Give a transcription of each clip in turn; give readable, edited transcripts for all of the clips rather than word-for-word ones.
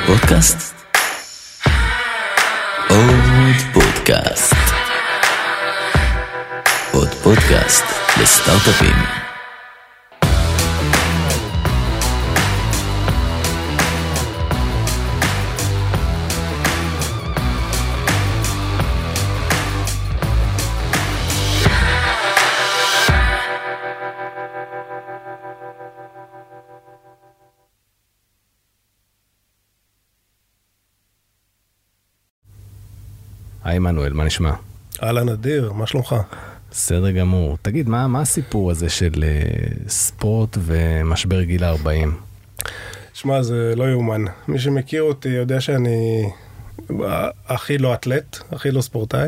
פודקאסט? עוד פודקאסט. עוד פודקאסט לסטארט-אפים. היי מנואל, מה נשמע? אהלן אדיר, מה שלומך? בסדר גמור. תגיד, מה הסיפור הזה של ספורט ומשבר גיל 40? שמע, זה לא יאומן. מי שמכיר אותי יודע שאני הכי לא אתלט, הכי לא ספורטאי.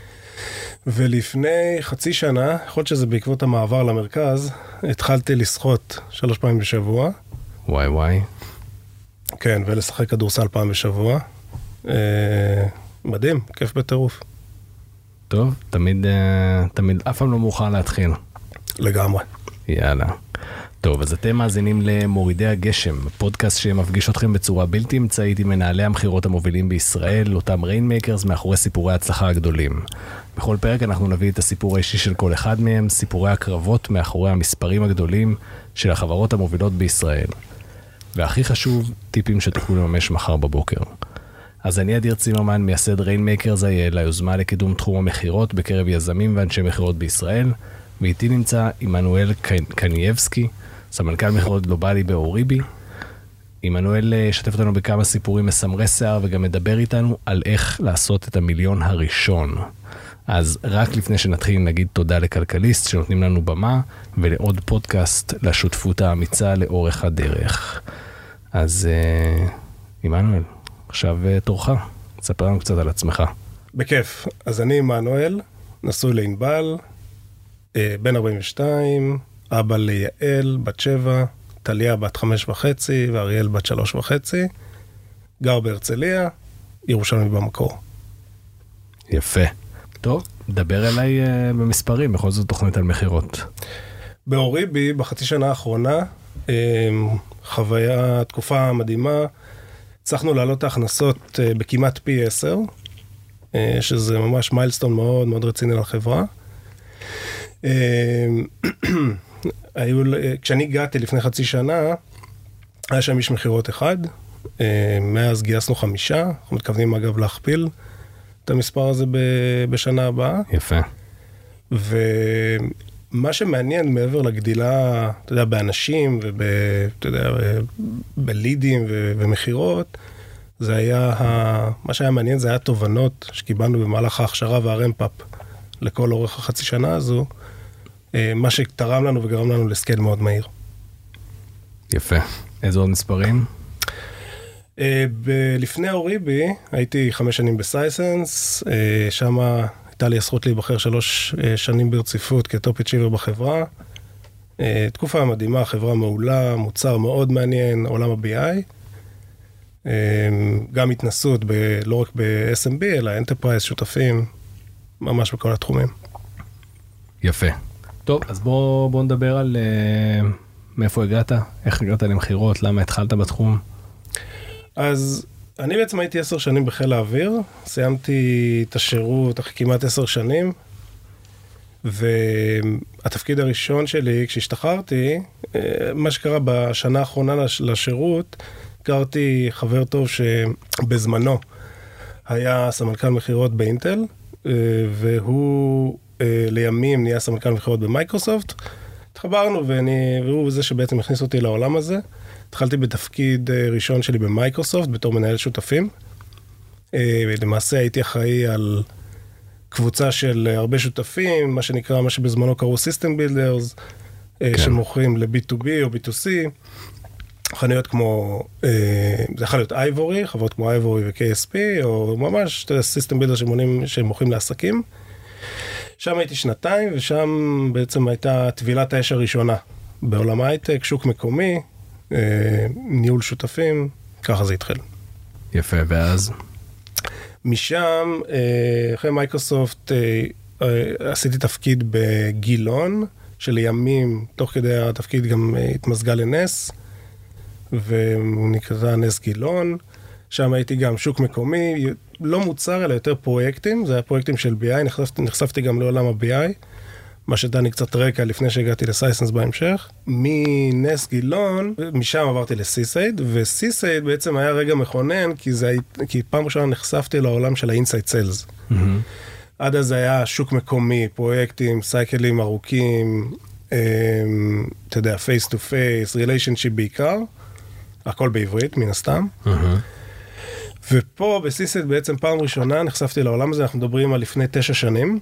ולפני חצי שנה, יכול להיות שזה בעקבות המעבר למרכז, התחלתי לשחות 3 פעמים בשבוע. וואי. כן, ולשחק כדורסל פעם בשבוע. מדהים, כיף בטירוף. טוב, תמיד, אף פעם לא מאוחר להתחיל. לגמרי. יאללה. טוב, אז אתם מאזינים למורידי הגשם, פודקאסט שמפגיש אתכם בצורה בלתי אמצעית עם מנהלי המחירות המובילים בישראל, אותם ריינמייקרס מאחורי סיפורי ההצלחה הגדולים. בכל פרק אנחנו נביא את הסיפור האישי של כל אחד מהם, סיפורי הקרבות מאחורי המספרים הגדולים של החברות המובילות בישראל. והכי חשוב, טיפים שתוכלו לממש מחר בבוקר. אז אני אדיר צימרמן, מייסד ריינמייקרס IL, היוזמה לקידום תחום המחירות בקרב יזמים ואנשי מחירות בישראל, ואיתי נמצא עמנואל קנייבסקי, סמנכ"ל מחירות גלובלי באוריבי. עמנואל ישתף אותנו בכמה סיפורים מסמרי שיער וגם מדבר איתנו על איך לעשות את המיליון הראשון. אז רק לפני שנתחיל נגיד תודה לכלכליסט שנותנים לנו במה, ולעוד פודקאסט לשותפות האמיצה לאורך הדרך. אז עמנואל, עכשיו תורך, תספר לנו קצת על עצמך. בכיף. אז אני עמנואל, נשוי לענבל, בן 42, אבא ליעל, בת 7, טליה בת 5.5 ואריאל בת 3.5, גר בהרצליה, ירושלמי במקור. יפה. טוב, דבר אליי במספרים, בכל זאת תוכנית על מחירות. באוריבי, בחצי שנה האחרונה, חוויה, תקופה מדהימה, הצלחנו לעלות את ההכנסות בכמעט פי 10, שזה ממש מיילסטון מאוד מאוד רציני לחברה. כשאני הגעתי לפני חצי שנה, היה שם איש מחירות אחד, מאז גייסנו 5, אנחנו מתכוונים אגב להכפיל את המספר הזה בשנה הבאה. יפה. ומה שמעניין מעבר לגדילה, אתה יודע, באנשים בלידים ומחירות, זה היה, מה שהיה מעניין זה היה תובנות שקיבלנו במהלך ההכשרה והרמפאפ לכל אורך החצי שנה הזו, מה שתרם לנו וגרם לנו לסקייל מאוד מהיר. יפה. איזה עוד מספרים? לפני אוריבי הייתי 5 שנים בסייסנס, שם הייתה לי הזכות להיבחר 3 שנים ברציפות כטופ אצ'יבר בחברה. תקופה מדהימה, חברה מעולה, מוצר מאוד מעניין, עולם ה-BI. גם התנסות לא רק ב-SMB, אלא אנטרפרייז, שותפים, ממש בכל התחומים. יפה. טוב, אז בוא נדבר על מאיפה הגעת, איך הגעת למחירות, למה התחלת בתחום? אז אני בעצם הייתי 10 שנים בחיל האוויר, סיימתי את השירות אחרי כמעט 10 שנים, והתפקיד הראשון שלי כשהשתחררתי, מה שקרה בשנה האחרונה לשירות, הכרתי חבר טוב שבזמנו היה סמנכ"ל מחירות באינטל, והוא לימים נהיה סמנכ"ל מחירות במייקרוסופט. התחברנו והוא זה שבעצם הכניס אותי לעולם הזה. התחלתי בתפקיד ראשון שלי במייקרוסופט בתור מנהל שותפים. למעשה הייתי אחראי על קבוצה של הרבה שותפים, מה שנקרא, מה שבזמנו קראו System Builders, שמוכרים ל-B2B או B2C. חנויות כמו, זה יכול להיות אייבורי, חברות כמו אייבורי ו-KSP, או ממש System Builders שמוכרים לעסקים. שם הייתי 2 ושם בעצם הייתה טבילת האש הראשונה בעולם ההייטק, שוק מקומי, ניהול שותפים, ככה זה התחיל. יפה, ואז? משם, אחרי מייקרוסופט, עשיתי תפקיד בגילון, שלימים, תוך כדי התפקיד גם התמזגה לנס, והוא נקרא נס גילון. שם הייתי גם שוק מקומי, לא מוצר, אלא יותר פרויקטים, זה היה פרויקטים של BI, נחשפתי גם לעולם ה-BI, מה שדני קצת רקע לפני שהגעתי לסייסנס בהמשך. מנס גילון, משם עברתי לסיסייד, וסיסייד בעצם היה רגע מכונן, כי פעם ראשונה נחשפתי לעולם של ה-Inside Sales. עד אז היה שוק מקומי, פרויקטים, סייקלים ארוכים, אתה יודע, face to face, relationship בעיקר, הכל בעברית, מן הסתם. ופה בסיסייד בעצם פעם ראשונה נחשפתי לעולם הזה, אנחנו מדברים על לפני 9 שנים,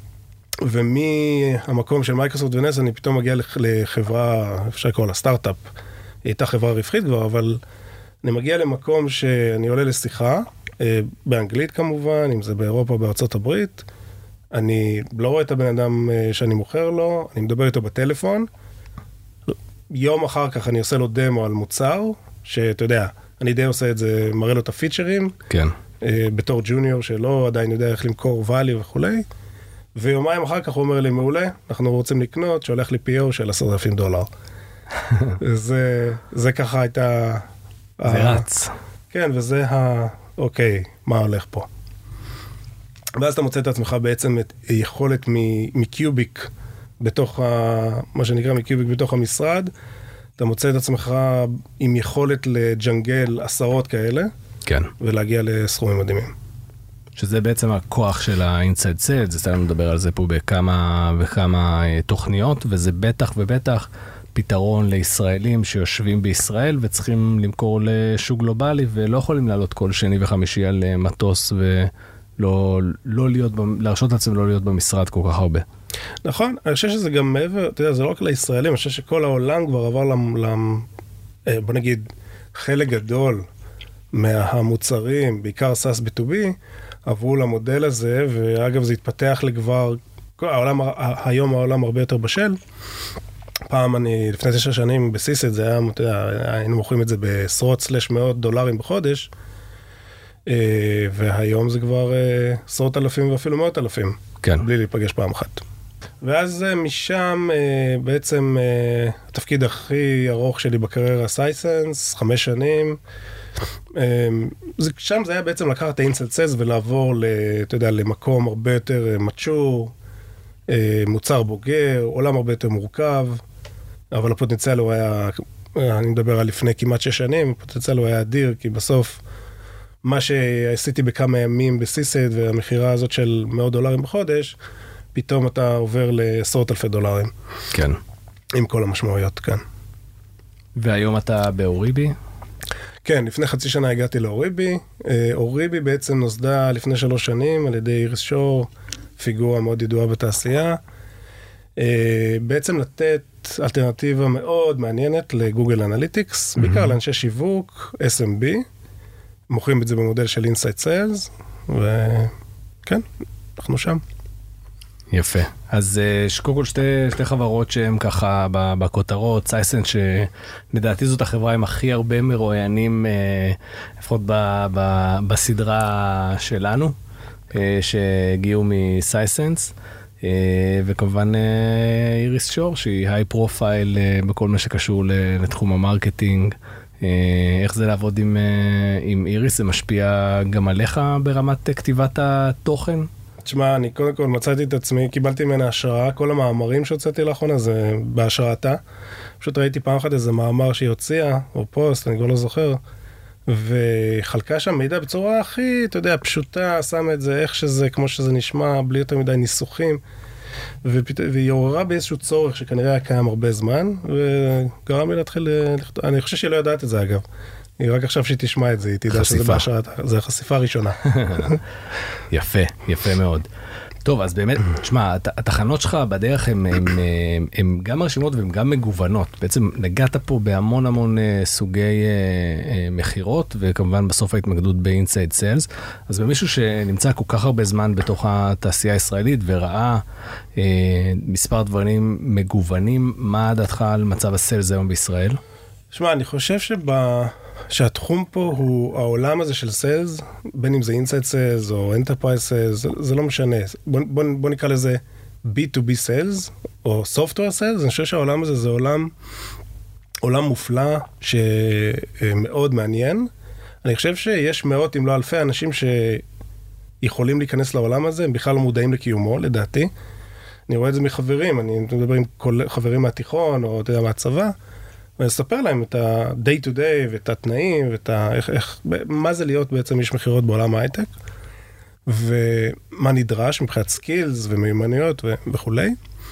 ומהמקום של מייקרוסופט ונס אני פתאום מגיע לחברה, אפשר לקרוא לה סטארט-אפ, היא הייתה חברה רווחית כבר, אבל אני מגיע למקום שאני עולה לשיחה, באנגלית כמובן, אם זה באירופה, בארצות הברית, אני לא רואה את הבן אדם שאני מוכר לו, אני מדבר איתו בטלפון, יום אחר כך אני עושה לו דמו על מוצר, שאתה יודע, אני די עושה את זה, מראה לו את הפיצ'רים, כן. בתור ג'וניור שלא עדיין יודע איך למכור value וכולי, ויומיים אחר כך הוא אומר לי, מעולה, אנחנו רוצים לקנות, שהולך לי PO של $10,000. זה ככה הייתה... זה רץ. כן, וזה אוקיי, מה הולך פה? ואז אתה מוצא את עצמך בעצם את יכולת מקיוביק, בתוך מה שנקרא מקיוביק בתוך המשרד, אתה מוצא את עצמך עם יכולת לג'נגל עשרות כאלה, כן. ולהגיע לסכומים מדהימים. שזה בעצם הכוח של ה-Inside Sales, זה סתם מדבר על זה פה בכמה תוכניות, וזה בטח ובטח פתרון לישראלים שיושבים בישראל וצריכים למכור לשוק גלובלי, ולא יכולים לעלות כל שני וחמישי על מטוס ולא להיות, להרשות לעצמם לא להיות במשרד כל כך הרבה. נכון, אני חושב שזה גם מעבר, אתה יודע, זה לא רק לישראלים, אני חושב שכל העולם כבר עבר בוא נגיד, חלק גדול מהמוצרים, בעיקר SaaS B2B, עברו למודל הזה, ואגב זה התפתח לכבר, היום העולם הרבה יותר בשל. פעם לפני 9 שנים בסיסט, זה היה, אתה יודע, היינו מוכרים את זה בעשרות/מאות דולרים בחודש, והיום זה כבר עשרות אלפים ואפילו מאות אלפים, כן. בלי להיפגש פעם אחת. ואז משם בעצם התפקיד הכי ארוך שלי בקריירה סייסנס, 5 שנים, שם זה היה בעצם לקחת את ה-Inside Sales ולעבור, אתה יודע, למקום הרבה יותר מצ'ור, מוצר בוגר, עולם הרבה יותר מורכב, אבל הפוטנציאל הוא היה, אני מדבר על לפני כמעט 6 שנים, הפוטנציאל הוא היה אדיר, כי בסוף מה שעשיתי בכמה ימים בסיסט והמחירה הזאת של $100 בחודש, פתאום אתה עובר לעשרות אלפי דולרים. כן. עם כל המשמעויות כאן. והיום אתה באוריבי? כן, לפני חצי שנה הגעתי לאוריבי. אוריבי בעצם נוסדה לפני 3 שנים על ידי איריס שור, פיגורה מאוד ידועה בתעשייה. בעצם לתת אלטרנטיבה מאוד מעניינת לגוגל אנליטיקס, בעיקר לאנשי שיווק, SMB, מוכרים את זה במודל של Inside Sales, וכן, אנחנו שם. יפה. אז קודם כל שתי חברות שהן ככה בכותרות, סייסנס שנדעתי זאת החברה עם הכי הרבה מרואיינים, לפחות בסדרה שלנו, שהגיעו מסייסנס, וכמובן איריס שור, שהיא היי פרופייל בכל מה שקשור לתחום המרקטינג. איך זה לעבוד עם איריס? זה משפיע גם עליך ברמת כתיבת התוכן? תשמע, אני קודם כל מצאתי את עצמי, קיבלתי ממנה השראה, כל המאמרים שהוצאתי לאחרונה זה בהשראתה. פשוט ראיתי פעם אחת איזה מאמר שהיא הוציאה, או פוסט, אני כבר לא זוכר, וחלקה שם מידע בצורה הכי, אתה יודע, פשוטה, שם את זה איך שזה, כמו שזה נשמע, בלי יותר מדי ניסוחים, והיא עוררה באיזשהו צורך שכנראה היה קיים הרבה זמן, וגרם לי להתחיל, אני חושב שהיא לא יודעת את זה אגב. היא רק עכשיו שהיא תשמע את זה, היא תדע שזה בהשראתה, זה החשיפה הראשונה. יפה, יפה מאוד. טוב, אז באמת, תשמע, התחנות שלך בדרך הן גם מרשימות והן גם מגוונות. בעצם נגעת פה בהמון המון סוגי מחירות, וכמובן בסוף ההתמקדות ב-Inside Sales. אז במישהו שנמצא כל כך הרבה זמן בתוך התעשייה הישראלית וראה מספר דברים מגוונים, מה דעתך על מצב הסיילס היום בישראל? תשמע, אני חושב שהתחום פה הוא העולם הזה של סיילס, בין אם זה Inside Sales או Enterprise Sales, זה לא משנה. בוא נקרא לזה B2B Sales או Software Sales, אני חושב שהעולם הזה זה עולם מופלא שמאוד מעניין. אני חושב שיש מאות אם לא אלפי אנשים שיכולים להיכנס לעולם הזה, הם בכלל לא מודעים לקיומו, לדעתי. אני רואה את זה מחברים, אני מדבר עם חברים מהתיכון, או אתה יודע, מהצבא, ואני אספר להם את ה-day to day, ואת התנאים, ואת מה זה להיות בעצם איש מכירות בעולם ההייטק, ומה נדרש מבחינת סקילס ומיומנויות וכולי.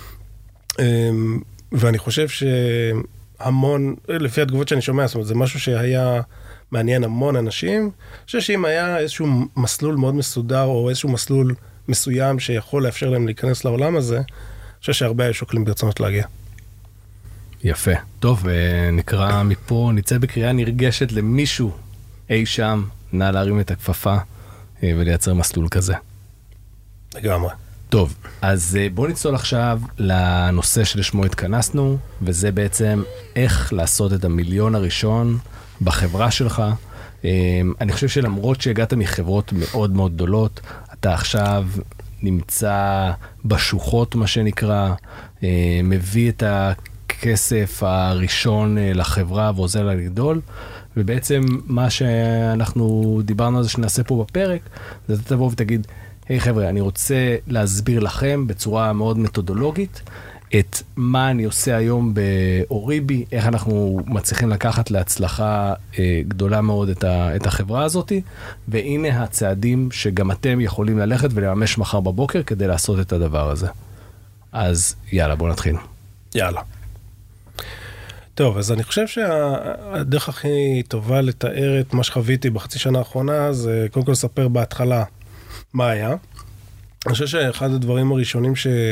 ואני חושב שהמון, לפי התגובות שאני שומע, זאת אומרת, זה משהו שהיה מעניין המון אנשים. אני חושב שאם היה איזשהו מסלול מאוד מסודר, או איזשהו מסלול מסוים שיכול לאפשר להם להיכנס לעולם הזה, אני חושב שהרבה היו שוקלים ברצונות להגיע. יפה. טוב, נקרא מפה, נצא בקריאה נרגשת למישהו אי שם, נא להרים את הכפפה ולייצר מסלול כזה. לגמרי. טוב, אז בוא נצלול עכשיו לנושא שלשמו התכנסנו, וזה בעצם איך לעשות את המיליון הראשון בחברה שלך. אני חושב שלמרות שהגעת מחברות מאוד מאוד גדולות, אתה עכשיו נמצא בשוחות, מה שנקרא, מביא את הכסף הראשון לחברה ועוזר לה לגדול, ובעצם מה שאנחנו דיברנו על זה שנעשה פה בפרק, זה תבוא ותגיד, היי חבר'ה, אני רוצה להסביר לכם בצורה מאוד מתודולוגית את מה אני עושה היום באוריבי, איך אנחנו מצליחים לקחת להצלחה גדולה מאוד את החברה הזאת, והנה הצעדים שגם אתם יכולים ללכת ולממש מחר בבוקר כדי לעשות את הדבר הזה. אז יאללה, בואו נתחיל. יאללה. טוב, אז אני חושב שהדרך הכי טובה לתאר את מה שחוויתי בחצי שנה האחרונה, זה קודם כל לספר בהתחלה מה היה. אני חושב שאחד הדברים הראשונים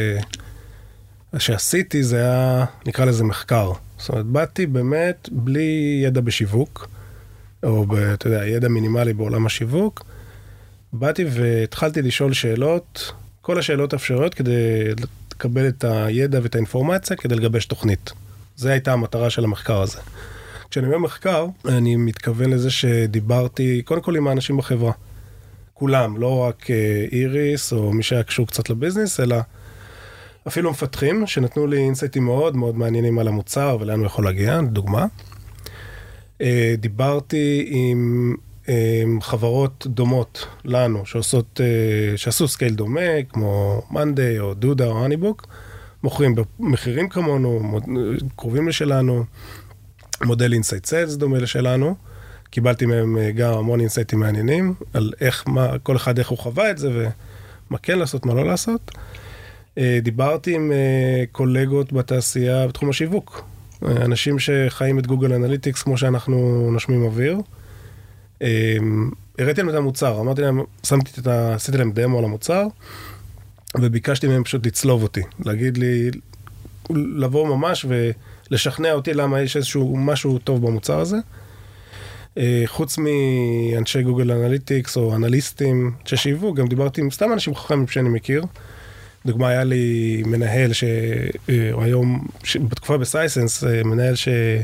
שעשיתי זה היה, נקרא לזה מחקר. זאת אומרת, באתי באמת בלי ידע בשיווק, או אתה יודע, ידע מינימלי בעולם השיווק. באתי והתחלתי לשאול שאלות, כל השאלות האפשריות כדי לקבל את הידע ואת האינפורמציה כדי לגבש תוכנית. זו הייתה המטרה של המחקר הזה. כשאני אומר מחקר, אני מתכוון לזה שדיברתי קודם כל עם האנשים בחברה. כולם, לא רק איריס או מי שהיה קשור קצת לביזנס, אלא אפילו מפתחים שנתנו לי אינסייטים מאוד מאוד מעניינים על המוצר ולאן הוא יכול להגיע, דוגמה. דיברתי עם חברות דומות לנו, שעשו סקייל דומה, כמו Monday או דודה או Honeybook, מוכרים במחירים כמונו, קרובים לשלנו, מודל אינסייט סיילס דומה לשלנו, קיבלתי מהם גם המון אינסייטים מעניינים, על כל אחד איך הוא חווה את זה, ומה כן לעשות, מה לא לעשות. דיברתי עם קולגות בתעשייה בתחום השיווק, אנשים שחיים את גוגל אנליטיקס כמו שאנחנו נשמים אוויר. הראיתי להם את המוצר, אמרתי להם, עשיתי להם דמו על המוצר, וביקשתי מהם פשוט לצלוב אותי, להגיד לי, לבוא ממש ולשכנע אותי למה יש איזשהו משהו טוב במוצר הזה. חוץ מאנשי גוגל אנליטיקס או אנליסטים ששיווק, גם דיברתי עם סתם אנשים חכמים שאני מכיר. דוגמה, היה לי מנהל או היום, בתקופה בסייסנס, מנהל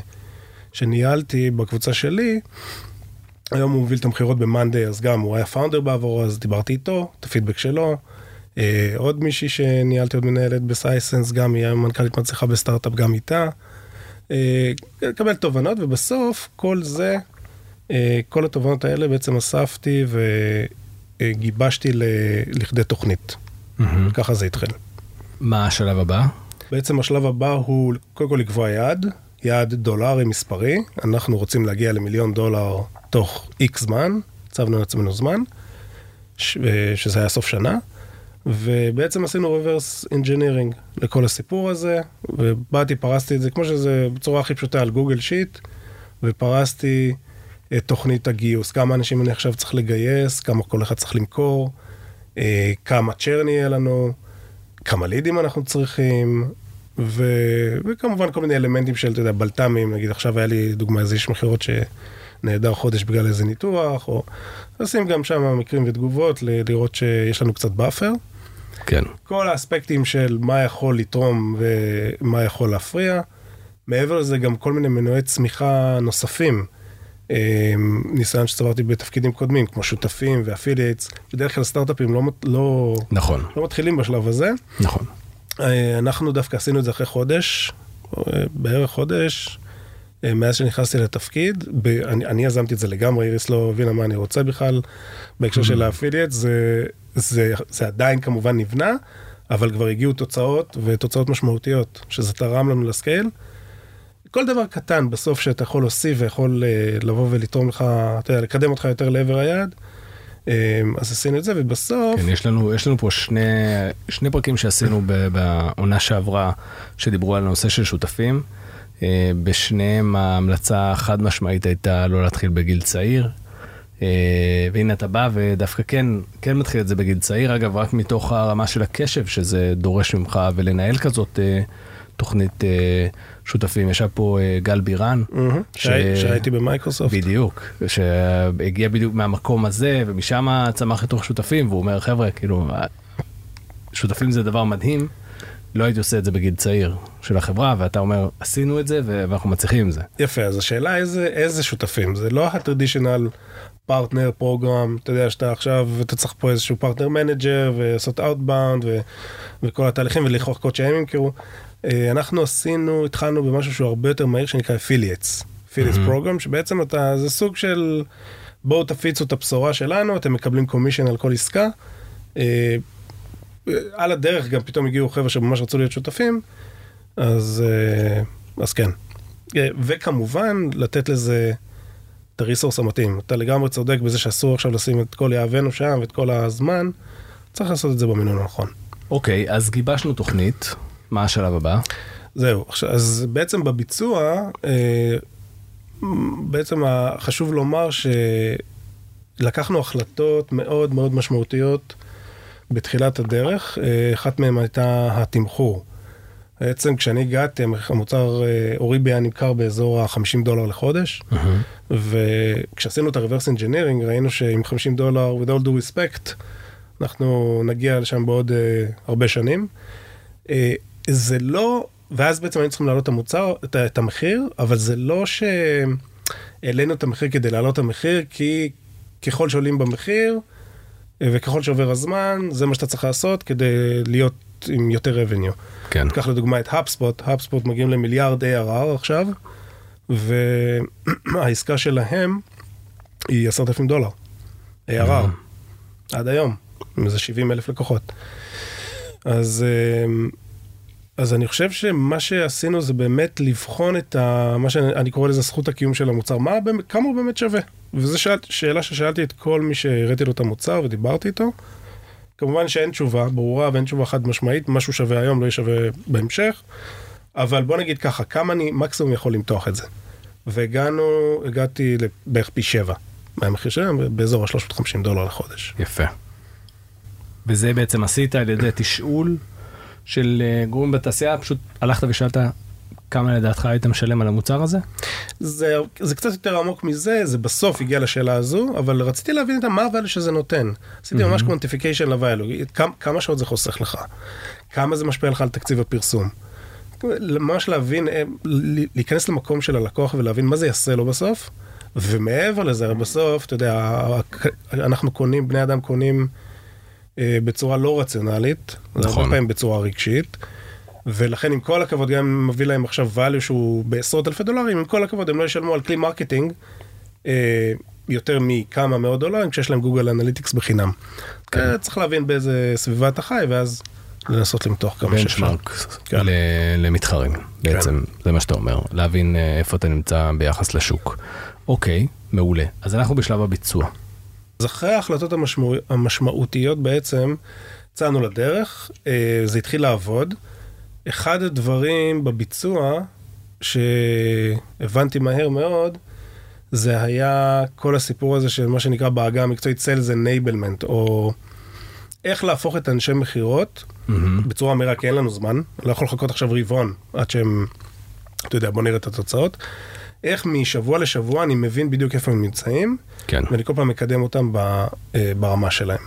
שניהלתי בקבוצה שלי, היום הוא מוביל את המחירות במאנדי, אז גם הוא היה פאונדר בעבורו, אז דיברתי איתו, את הפידבק שלו. עוד מישהי שניהלתי עוד מנהלת בסייסנס, גם היא מנכ"לית מצליחה בסטארט-אפ, גם איתה. לקבל תובנות, ובסוף כל זה, כל התובנות האלה בעצם אספתי וגיבשתי לכדי תוכנית. ככה זה התחיל. מה השלב הבא? בעצם השלב הבא הוא קודם כל לקבוע יעד דולרי מספרי. אנחנו רוצים להגיע ל$1,000,000 תוך X זמן, צבנו לעצמנו זמן, שזה היה סוף שנה. ובעצם עשינו reverse engineering לכל הסיפור הזה, ובאתי, פרסתי את זה, כמו שזה בצורה הכי פשוטה על גוגל שיט, ופרסתי את תוכנית הגיוס, כמה אנשים אני עכשיו צריך לגייס, כמה כל אחד צריך למכור, כמה צ'רן יהיה לנו, כמה לידים אנחנו צריכים, וכמובן כל מיני אלמנטים של, אתה יודע, בלטמים, נגיד עכשיו היה לי דוגמה איזה איש מחירות שנהדר חודש בגלל איזה ניתוח, או עושים גם שם מקרים ותגובות, לראות שיש לנו קצת באפר. כן. כל האספקטים של מה יכול לתרום ומה יכול להפריע. מעבר לזה גם כל מיני מנועי צמיחה נוספים, ניסיון שצברתי בתפקידים קודמים, כמו שותפים ואפילייטס. בדרך כלל סטארט-אפים נכון. לא מתחילים בשלב הזה. נכון. אנחנו דווקא עשינו את זה אחרי חודש, בערך חודש, מאז שנכנסתי לתפקיד, אני יזמתי את זה לגמרי, איריס לא הבינה מה אני רוצה בכלל, בהקשר של האפילייט, זה עדיין כמובן נבנה, אבל כבר הגיעו תוצאות, ותוצאות משמעותיות, שזה תרם לנו לסקייל. כל דבר קטן בסוף שאתה יכול להוסיף, ויכול לבוא ולתרום לך, אתה יודע, לקדם אותך יותר לעבר היעד, אז עשינו את זה, ובסוף... כן, יש לנו פה שני פרקים שעשינו בעונה שעברה, שדיברו על הנושא של שותפים, בשניהם ההמלצה חד משמעית הייתה לא להתחיל בגיל צעיר, והנה אתה בא ודווקא כן מתחיל את זה בגיל צעיר, אגב רק מתוך הרמה של הקשב שזה דורש ממך, ולנהל כזאת תוכנית שותפים. ישב פה גל בירן, שהייתי במייקרוסופט. בדיוק, שהגיע בדיוק מהמקום הזה, ומשם צמח לתוך שותפים, והוא אומר, חבר'ה, כאילו, שותפים זה דבר מדהים, לא הייתי עושה את זה בגיל צעיר של החברה, ואתה אומר, עשינו את זה, ואנחנו מצליחים עם זה. יפה, אז השאלה איזה שותפים, זה לא הטרדישיונל פרטנר פרוגרם, אתה יודע שאתה עכשיו, אתה צריך פה איזשהו פרטנר מנג'ר, ועשות אאוטבאונד, וכל התהליכים, ולחכות שהם ימכרו. אנחנו התחלנו במשהו שהוא הרבה יותר מהיר, שנקרא affiliates program, שבעצם זה סוג של, בואו תפיצו את הבשורה שלנו, אתם מקבלים קומישן על כל עסקה, על הדרך גם פתאום הגיעו חבר'ה שממש רצו להיות שותפים, אז כן. וכמובן, לתת לזה את הריסורס המתאים. אתה לגמרי צודק בזה שאסור עכשיו לשים את כל יאהבנו שם ואת כל הזמן, צריך לעשות את זה במינון הנכון. אוקיי, אז גיבשנו תוכנית, מה השלב הבא? זהו, אז בעצם בביצוע, בעצם חשוב לומר שלקחנו החלטות מאוד מאוד משמעותיות בתחילת הדרך, אחת מהן הייתה התמחור. בעצם כשאני הגעתי, המוצר אוריבי היה נמכר באזור $50 לחודש, וכשעשינו את ה-reverse engineering, ראינו שעם $50, with all due respect, אנחנו נגיע לשם בעוד הרבה שנים. זה לא, ואז בעצם היינו צריכים להעלות את המוצר, את המחיר, אבל זה לא שהעלינו את המחיר כדי להעלות את המחיר, כי ככל שעולים במחיר, וככל שעובר הזמן, זה מה שאתה צריך לעשות כדי להיות עם יותר revenue. כן. תקח לדוגמה את HubSpot מגיעים למיליארד ARR עכשיו, והעסקה שלהם היא $10,000. ARR. עד היום. זה 70,000 לקוחות. אז אני חושב שמה שעשינו זה באמת לבחון את מה שאני קורא לזה זכות הקיום של המוצר. כמה הוא באמת שווה? וזו שאלה ששאלתי את כל מי שהראיתי לו את המוצר ודיברתי איתו. כמובן שאין תשובה ברורה ואין תשובה חד משמעית, משהו שווה היום לא ישווה בהמשך, אבל בוא נגיד ככה, כמה אני מקסימום יכול למתוח את זה. והגעתי בערך פי 7 מהמחיר שלהם, באזור $350 לחודש. יפה. וזה בעצם עשית על ידי תשאול של גורמים בתעשייה, פשוט הלכת ושאלת כמה לדעתך היית משלם על המוצר הזה? זה קצת יותר עמוק מזה, זה בסוף הגיע לשאלה הזו, אבל רציתי להבין את מה הvalue שזה נותן. עשיתי ממש quantification ל-value, כמה שעות זה חוסך לך, כמה זה משפיע לך על תקציב הפרסום. ממש להבין, להיכנס למקום של הלקוח ולהבין מה זה יעשה לו בסוף, ומעבר לזה, בסוף, אתה יודע, אנחנו קונים, בני אדם קונים בצורה לא רציונלית, נכון. הרבה פעמים בצורה רגשית, ולכן עם כל הכבוד, גם אם מביא להם עכשיו value שהוא $10,000, עם כל הכבוד הם לא ישלמו על כלי מרקטינג יותר מכמה מאות דולרים, כשיש להם גוגל אנליטיקס בחינם. צריך להבין באיזה סביבה אתה חי, ואז לנסות למתוח כמה שאפשר. בנצ'מרק למתחרים, בעצם, זה מה שאתה אומר, להבין איפה אתה נמצא ביחס לשוק. אוקיי, מעולה. אז אנחנו בשלב הביצוע. אז אחרי ההחלטות המשמעותיות בעצם, צאנו לדרך, זה התחיל לעבוד. אחד הדברים בביצוע שהבנתי מהר מאוד, זה היה כל הסיפור הזה של מה שנקרא בעגה המקצועית Sales Enablement, או איך להפוך את אנשי מחירות בצורה מהירה, כי אין לנו זמן, לא יכול לחכות עכשיו רבעון עד שהם, אתה יודע, בוא נראה את התוצאות. איך משבוע לשבוע אני מבין בדיוק איפה הם נמצאים, כן. ואני כל פעם מקדם אותם ברמה שלהם.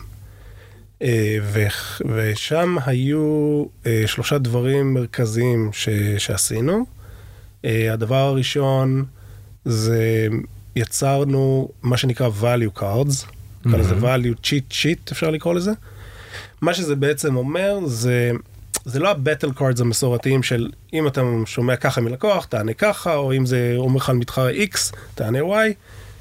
ושם היו 3 דברים מרכזיים שעשינו. הדבר הראשון זה יצרנו מה שנקרא value cards, נקרא לזה value cheat sheet, אפשר לקרוא לזה. מה שזה בעצם אומר זה זה לא ה-battle cards המסורתיים של אם אתה שומע ככה מלקוח, תענה ככה, או אם זה אומר לך על מתחרה X, תענה Y.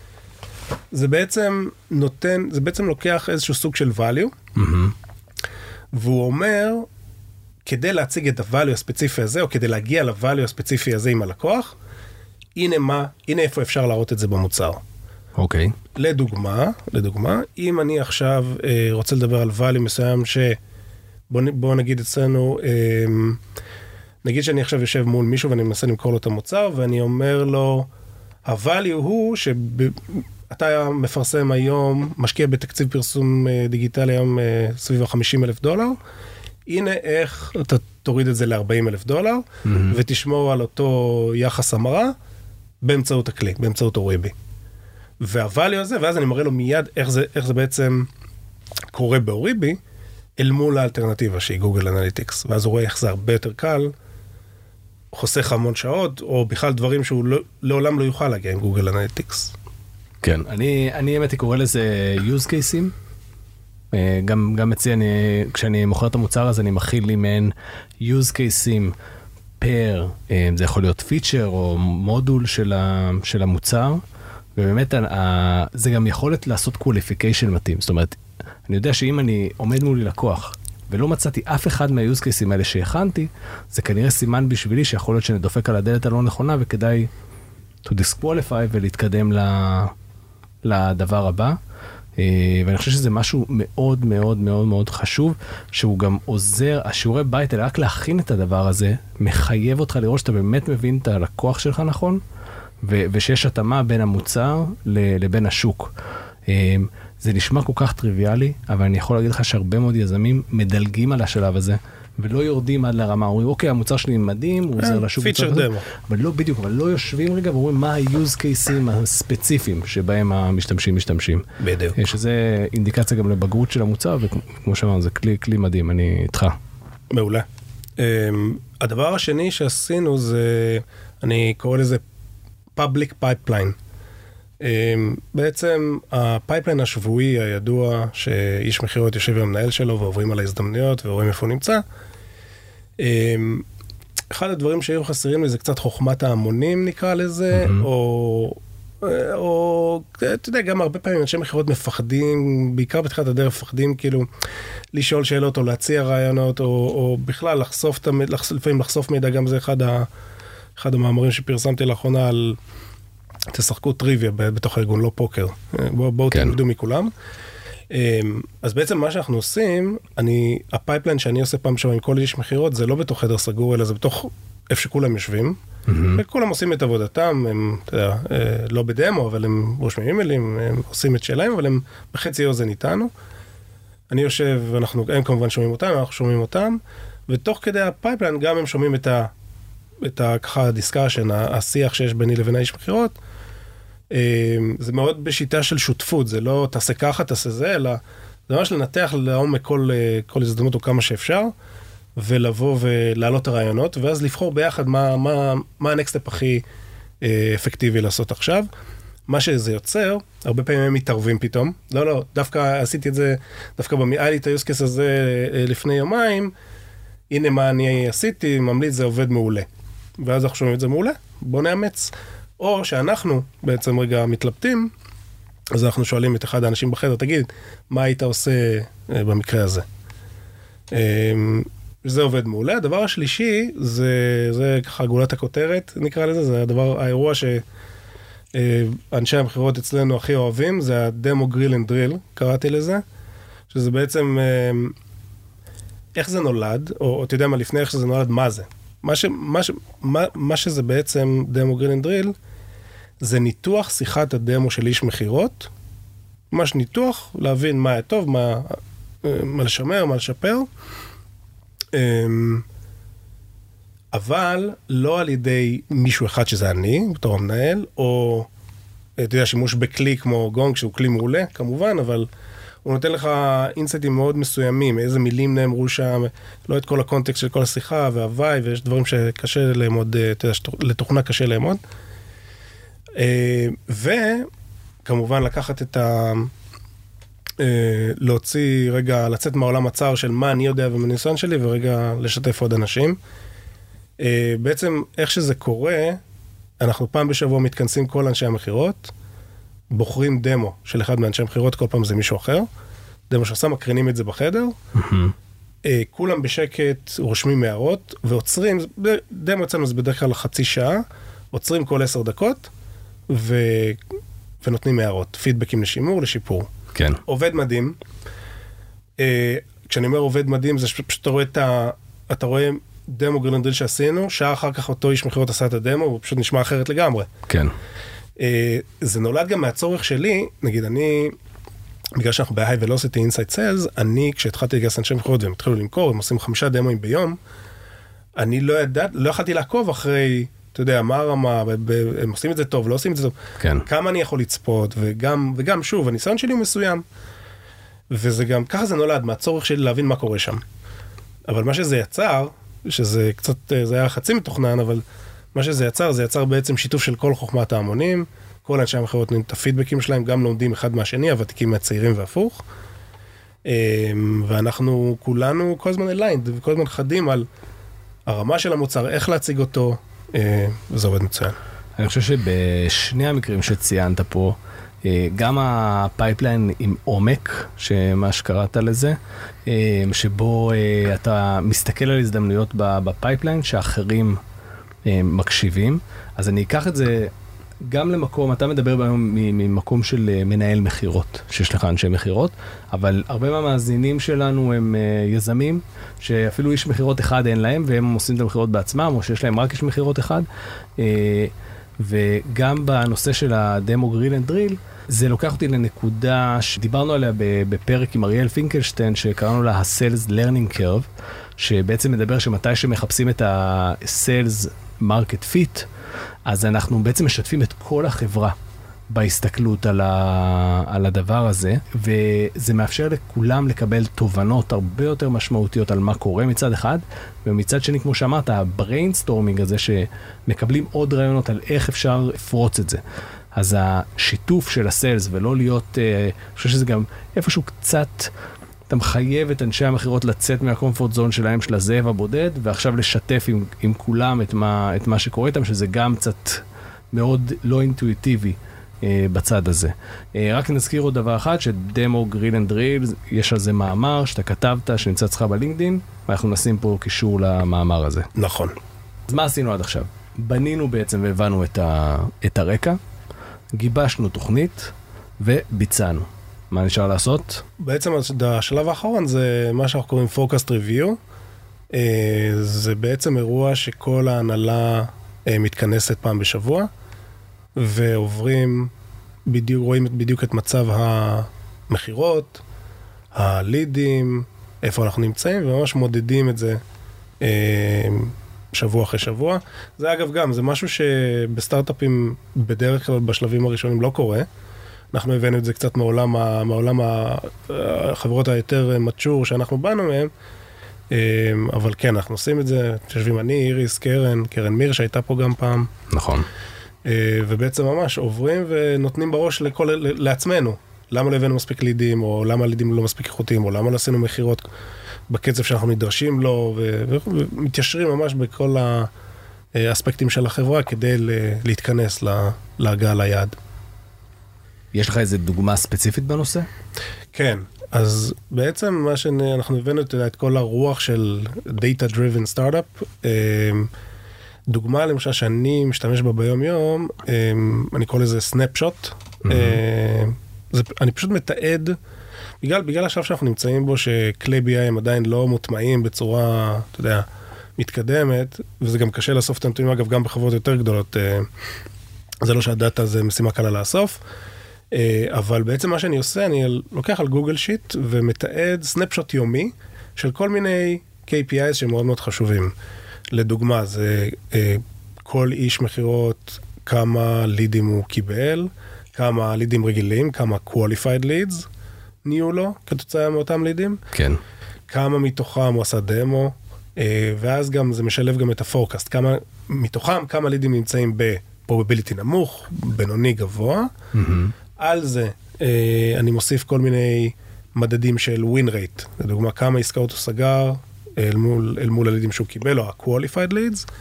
זה בעצם לוקח איזשהו סוג של value, והוא אומר, כדי להציג את ה-value הספציפי הזה, או כדי להגיע ל-value הספציפי הזה עם הלקוח, הנה איפה אפשר להראות את זה במוצר. אוקיי. לדוגמה, אם אני עכשיו רוצה לדבר על value מסוים בוא נגיד אצלנו, נגיד שאני עכשיו יושב מול מישהו ואני מנסה למכור לו את המוצר, ואני אומר לו, ה-value הוא שאתה מפרסם היום, משקיע בתקציב פרסום דיגיטלי היום סביב $50,000, הנה איך אתה תוריד את זה $40,000, ותשמור על אותו יחס המרה, באמצעות הכלי, באמצעות אוריבי. וה-value הזה, ואז אני מראה לו מיד איך זה בעצם קורה באוריבי, אל מול האלטרנטיבה שהיא גוגל אנליטיקס, ואז הוא רואה איך זה הרבה יותר קל, חוסך המון שעות, או בכלל דברים שהוא לעולם לא יוכל להגיע עם גוגל אנליטיקס. כן, אני האמת קורא לזה use cases, גם אצלי, כשאני מוכר את המוצר הזה, אני מכיל לי מעין use cases פר, זה יכול להיות פיצ'ר או מודול של המוצר, ובאמת זה גם יכולת לעשות qualification מתאים, זאת אומרת, אני יודע שאם אני עומד מולי לקוח, ולא מצאתי אף אחד מה-use cases האלה שהכנתי, זה כנראה סימן בשבילי שיכול להיות שאני דופק על הדלת הלא נכונה, וכדאי to disqualify ולהתקדם לדבר הבא. ואני חושב שזה משהו מאוד מאוד מאוד מאוד חשוב, שהוא גם עוזר, השיעורי בית, אלא רק להכין את הדבר הזה, מחייב אותך לראות שאתה באמת מבין את הלקוח שלך נכון, ושיש התאמה בין המוצר לבין השוק. זה נשמע כל כך טריוויאלי, אבל אני יכול להגיד לך שהרבה מאוד יזמים מדלגים על השלב הזה, ולא יורדים עד לרמה, אומרים, אוקיי, המוצר שלי מדהים, הוא עוזר לשוק. פיצ'ר דמו. אבל לא בדיוק, אבל לא יושבים רגע, ואומרים מה ה-use cases הספציפיים שבהם המשתמשים משתמשים. בדיוק. שזה אינדיקציה גם לבגרות של המוצר, וכמו שאמרנו, זה כלי מדהים, אני איתך. מעולה. הדבר השני שעשינו זה, אני קורא לזה public pipeline. בעצם הפייפליין השבועי הידוע שאיש מכירות יושב עם המנהל שלו ועוברים על ההזדמנויות ורואים איפה הוא נמצא. אחד הדברים שהיו חסרים לי זה קצת חוכמת ההמונים נקרא לזה, או אתה יודע, גם הרבה פעמים אנשי מכירות מפחדים, בעיקר בתחילת הדרך מפחדים כאילו לשאול שאלות או להציע רעיונות או בכלל לפעמים לחשוף מידע, גם זה אחד המאמרים שפרסמתי לאחרונה על תשחקו טריוויה בתוך הארגון, לא פוקר. בואו תלמדו מכולם. אז בעצם מה שאנחנו עושים, הפייפליין שאני עושה פעם שם עם כל איש מכירות, זה לא בתוך חדר סגור, אלא זה בתוך איפה שכולם יושבים, וכולם עושים את עבודתם, הם, אתה יודע, לא בדמו, אבל הם רושמים אימיילים, הם עושים את שלהם, אבל הם בחצי אוזן איתנו. אני יושב, הם כמובן שומעים אותם, אנחנו שומעים אותם, ותוך כדי הפייפליין גם הם שומעים את ככה הדיסקשן, השיח שיש ביני לבין האיש מכירות. זה מאוד בשיטה של שותפות, זה לא תעשה ככה, תעשה זה, אלא זה ממש לנתח לעומק כל הזדמנות או כמה שאפשר, ולבוא ולהעלות את הרעיונות, ואז לבחור ביחד מה הנקסט אפ הכי אפקטיבי לעשות עכשיו. מה שזה יוצר, הרבה פעמים הם מתערבים פתאום. לא, דווקא עשיתי את זה, דווקא היה לי את ה-use case הזה לפני יומיים, הנה מה אני עשיתי, ממליץ, זה עובד מעולה. ואז אנחנו שומעים את זה מעולה, בוא נאמץ. או שאנחנו בעצם רגע מתלבטים, אז אנחנו שואלים את אחד האנשים בחדר, תגיד, מה היית עושה במקרה הזה? זה עובד מעולה. הדבר השלישי, זה ככה גולת הכותרת, נקרא לזה, זה האירוע שאנשי המכירות אצלנו הכי אוהבים, זה הדמו גריל אנד דריל, קראתי לזה, שזה בעצם, איך זה נולד, או אתה יודע מה לפני איך שזה נולד, מה זה? מה שזה בעצם דמו גריל אנד דריל, זה ניתוח שיחת הדמו של איש מכירות, ממש ניתוח, להבין מה היה טוב, מה לשמר, מה לשפר, אבל לא על ידי מישהו אחד שזה אני, בתור המנהל, או אתה יודע, שימוש בכלי כמו גונג, שהוא כלי מעולה, כמובן, אבל הוא נותן לך אינסייטים מאוד מסוימים, איזה מילים נאמרו שם, לא את כל הקונטקסט של כל השיחה, והוואי, ויש דברים שקשה לאמוד, אתה יודע, לתוכנה קשה לאמוד. וכמובן לקחת להוציא רגע, לצאת מהעולם הצער של מה אני יודע ומניסיון שלי, ורגע לשתף עוד אנשים. בעצם איך שזה קורה, אנחנו פעם בשבוע מתכנסים כל אנשי המחירות, בוחרים דמו של אחד מאנשי המחירות, כל פעם זה מישהו אחר, דמו שעושה, מקרינים את זה בחדר, כולם בשקט רושמים הערות, ועוצרים, דמו אצלנו זה בדרך כלל חצי שעה, עוצרים כל 10 דקות, ונותנים הערות, פידבקים לשימור, לשיפור. כן. עובד מדהים. כשאני אומר עובד מדהים, זה שפשוט אתה רואה דמו גרילנדריל שעשינו, שעה אחר כך אותו איש מחירות עשה את הדמו, הוא פשוט נשמע אחרת לגמרי. כן. זה נולד גם מהצורך שלי, נגיד בגלל שאנחנו ב-High Velocity Inside Sales, אני כשהתחלתי לגייס אנשי מחירות והם התחילו למכור, הם עושים 5 דמוים ביום, אני לא יכלתי לעקוב אחרי, אתה יודע, מה הרמה, הם עושים את זה טוב, לא עושים את זה טוב, כן. כמה אני יכול לצפות, וגם שוב, הניסיון שלי הוא מסוים, וזה גם, ככה זה נולד, מהצורך שלי להבין מה קורה שם. אבל מה שזה יצר, שזה קצת, זה היה חצי מתוכנן, אבל מה שזה יצר, זה יצר בעצם שיתוף של כל חוכמת ההמונים, כל אנשי המחירות נותנים את הפידבקים שלהם, גם לומדים אחד מהשני, הוותיקים מהצעירים והפוך, ואנחנו כולנו כל הזמן אליינד, וכל הזמן חדים על הרמה של המוצר, איך להציג אותו, וזה עובד מצוין. אני חושב שבשני המקרים שציינת פה, גם הפייפליין עם עומק, שמה שקראת לזה, שבו אתה מסתכל על הזדמנויות בפייפליין, שאחרים מקשיבים, אז אני אקח את זה גם למקום, אתה מדבר היום ממקום של מנהל מחירות, שיש לך אנשי מחירות, אבל הרבה מהמאזינים שלנו הם יזמים, שאפילו איש מחירות אחד אין להם, והם עושים את המחירות בעצמם, או שיש להם רק איש מחירות אחד, וגם בנושא של הדמו גריל אנד דריל, זה לוקח אותי לנקודה שדיברנו עליה בפרק עם אריאל פינקלשטיין, שקראנו לה ה-Sales Learning Curve, שבעצם מדבר שמתי שמחפשים את ה-Sales Market Fit, אז אנחנו בעצם משתפים את כל החברה בהסתכלות על הדבר הזה, וזה מאפשר לכולם לקבל תובנות הרבה יותר משמעותיות על מה קורה מצד אחד, ומצד שני, כמו שאמרת, הבריינסטורמינג הזה שמקבלים עוד רעיונות על איך אפשר לפרוץ את זה. אז השיתוף של הסיילס ולא להיות, אני חושב שזה גם איפשהו קצת, אתה מחייב את אנשי המחירות לצאת מהקומפורט זון שלהם של הזאב הבודד, ועכשיו לשתף עם כולם את מה שקורה איתם, שזה גם קצת מאוד לא אינטואיטיבי בצד הזה. רק נזכיר עוד דבר אחד, שדמו גריל אנד דריל, יש על זה מאמר שאתה כתבת, שנמצא אצלך בלינקדין, ואנחנו נשים פה קישור למאמר הזה. נכון. אז מה עשינו עד עכשיו? בנינו בעצם והבנו את הרקע, גיבשנו תוכנית וביצענו. מה נשאר לעשות? בעצם השלב האחרון זה מה שאנחנו קוראים Focused Review. זה בעצם אירוע שכל ההנהלה מתכנסת פעם בשבוע, ועוברים, רואים בדיוק את מצב המחירות, הלידים, איפה אנחנו נמצאים, וממש מודדים את זה שבוע אחרי שבוע. זה אגב גם, זה משהו שבסטארט-אפים בדרך כלל בשלבים הראשונים לא קורה. אנחנו הבאנו את זה קצת מעולם החברות היותר מצ'ור שאנחנו באנו מהם, אבל כן, אנחנו עושים את זה, יושבים אני, איריס, קרן מיר שהייתה פה גם פעם. נכון. ובעצם ממש עוברים ונותנים בראש לעצמנו, למה לא הבאנו מספיק לידים, או למה הלידים לא מספיק איכותיים, או למה לא עשינו מחירות בקצב שאנחנו נדרשים לו, ומתיישרים ממש בכל האספקטים של החברה כדי להתכנס להגעה ליעד. יש לך איזו דוגמה ספציפית בנושא? כן, אז בעצם מה שאנחנו הבאנו את כל הרוח של Data Driven Startup, דוגמה למשל שאני משתמש בה ביום יום, אני קורא לזה Snapshot, אני פשוט מתעד, בגלל השלב שאנחנו נמצאים בו, שכלי BI הם עדיין לא מוטמעים בצורה, אתה יודע, מתקדמת, וזה גם קשה לאסוף את הנתונים, אגב, גם בחברות יותר גדולות, זה לא שהדאטה זה משימה קלה לאסוף, אבל בעצם מה שאני עושה, אני לוקח על גוגל שיט ומתעד סנפשוט יומי של כל מיני KPIs שמאוד מאוד חשובים. לדוגמה, זה כל איש מחירות, כמה לידים הוא קיבל, כמה לידים רגילים, כמה qualified leads נהיו לו כתוצאה מאותם לידים. כן. כמה מתוכם הוא עשה דמו, ואז גם זה משלב גם את הפורקאסט. מתוכם כמה לידים נמצאים בפרוביביליטי נמוך, בינוני גבוה. על זה אני מוסיף כל מיני מדדים של win rate, לדוגמה כמה עסקאות הוא סגר אל מול הלידים שהוא קיבל, או ה-qualified leads,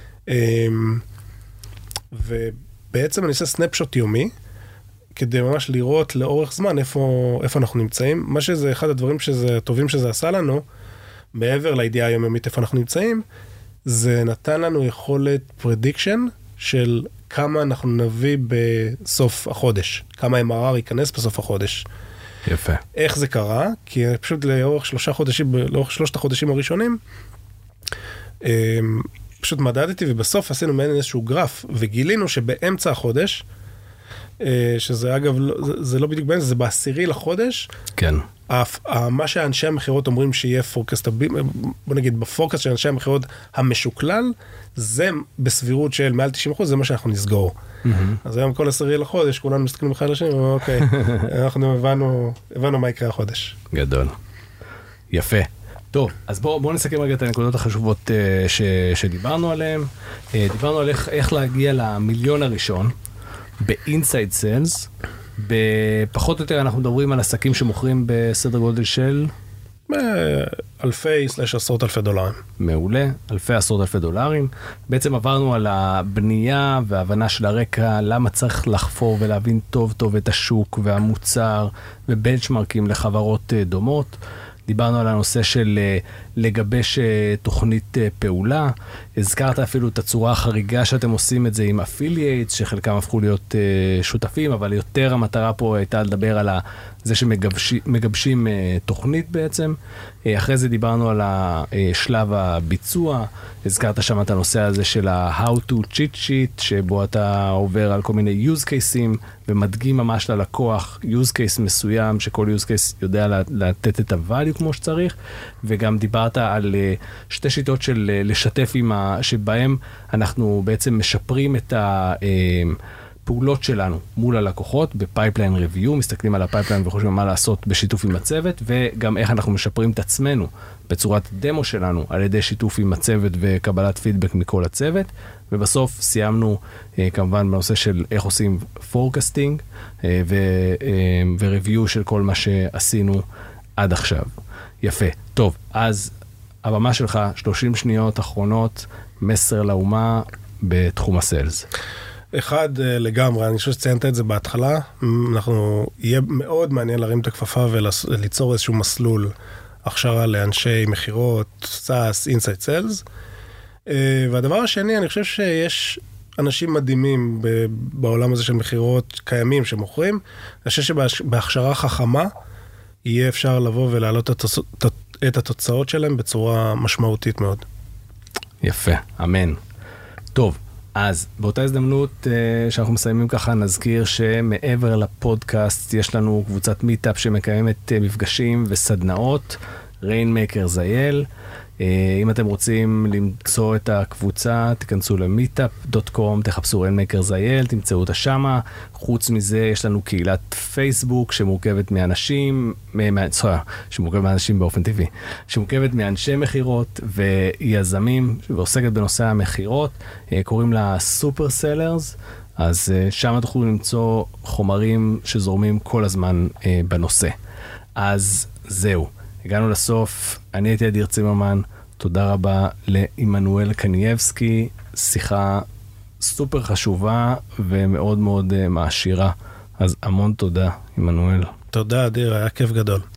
ובעצם אני עושה סנפשוט יומי, כדי ממש לראות לאורך זמן איפה אנחנו נמצאים. מה שזה אחד הדברים הטובים שזה עשה לנו, מעבר לידיעה היומיומית איפה אנחנו נמצאים, זה נתן לנו יכולת prediction של כמה אנחנו נביא בסוף החודש, כמה MRR ייכנס בסוף החודש. יפה. איך זה קרה? כי פשוט לאורך 3 החודשים הראשונים, פשוט מדדתי, ובסוף עשינו מעין איזשהו גרף, וגילינו שבאמצע החודש, שזה אגב, זה לא בדיוק באמצע, זה ב10 לחודש, כן. מה שאנשי המחירות אומרים שיהיה פורקסט, בוא נגיד, בפורקסט של אנשי המחירות המשוקלל, זה בסבירות של מעל 90%, זה מה שאנחנו נסגור. אז היום כל 10 לחודש, כולנו מסתכלים אחד לשני, אוקיי, אנחנו הבנו מה יקרה החודש. גדול. יפה. טוב, אז בואו נסכם רגע את הנקודות החשובות שדיברנו עליהן. דיברנו על איך להגיע למיליון הראשון, ב-inside sales, בפחות או יותר אנחנו מדברים על עסקים שמוכרים בסדר גודל של אלפי/עשרות אלפי דולרים. מעולה, עשרות אלפי דולרים. בעצם עברנו על הבנייה וההבנה של הרקע, למה צריך לחפור ולהבין טוב טוב את השוק והמוצר ובנצ'מרקים לחברות דומות. דיברנו על הנושא של לגבש תוכנית פעולה, הזכרת אפילו את הצורה החריגה שאתם עושים את זה עם אפילייטס, שחלקם הפכו להיות שותפים, אבל יותר המטרה פה הייתה לדבר על זה שמגבשים תוכנית בעצם. אחרי זה דיברנו על שלב הביצוע, הזכרת שם את הנושא הזה של ה-how to cheat sheet, שבו אתה עובר על כל מיני use cases, ומדגים ממש ללקוח use case מסוים, שכל use case יודע לתת את ה-value כמו שצריך, וגם דיברת על 2 שיטות של לשתף שבהם אנחנו בעצם משפרים את הפעולות שלנו מול הלקוחות, בפייפליין ריוויו, מסתכלים על הפייפליין וחושבים מה לעשות בשיתוף עם הצוות, וגם איך אנחנו משפרים את עצמנו בצורת דמו שלנו, על ידי שיתוף עם הצוות וקבלת פידבק מכל הצוות, ובסוף סיימנו כמובן בנושא של איך עושים פורקסטינג, וריוויו של כל מה שעשינו עד עכשיו. יפה. טוב, אז הבמה שלך, 30 שניות אחרונות, מסר לאומה בתחום הסיילס. אחד לגמרי, אני חושב שציינת את זה בהתחלה, יהיה מאוד מעניין להרים את הכפפה וליצור איזשהו מסלול הכשרה לאנשי מחירות, סאס, אינסייד סיילס. והדבר השני, אני חושב שיש אנשים מדהימים בעולם הזה של מחירות קיימים שמוכרים. אני חושב שבהכשרה חכמה יהיה אפשר לבוא ולהעלות את התוצאות שלהם בצורה משמעותית מאוד. יפה, אמן. טוב, אז באותה הזדמנות שאנחנו מסיימים ככה, נזכיר שמעבר לפודקאסט יש לנו קבוצת מיטאפ שמקיימת מפגשים וסדנאות, Rainmakers IL. אם אתם רוצים למצוא את הקבוצה, תיכנסו ל-meetup.com, תחפשו Rainmakers IL, תמצאו אותה שמה. חוץ מזה, יש לנו קהילת פייסבוק שמורכבת מאנשים, שמורכבת מאנשים באופן טבעי, שמורכבת מאנשי מחירות ויזמים, ועוסקת בנושא המחירות, קוראים לה סופר סלרס, אז שם תוכלו למצוא חומרים שזורמים כל הזמן בנושא. אז זהו. הגענו לסוף, אני הייתי אדיר צימרמן, תודה רבה לעמנואל קנייבסקי, שיחה סופר חשובה ומאוד מאוד מעשירה, אז המון תודה, עמנואל. תודה אדיר, היה כיף גדול.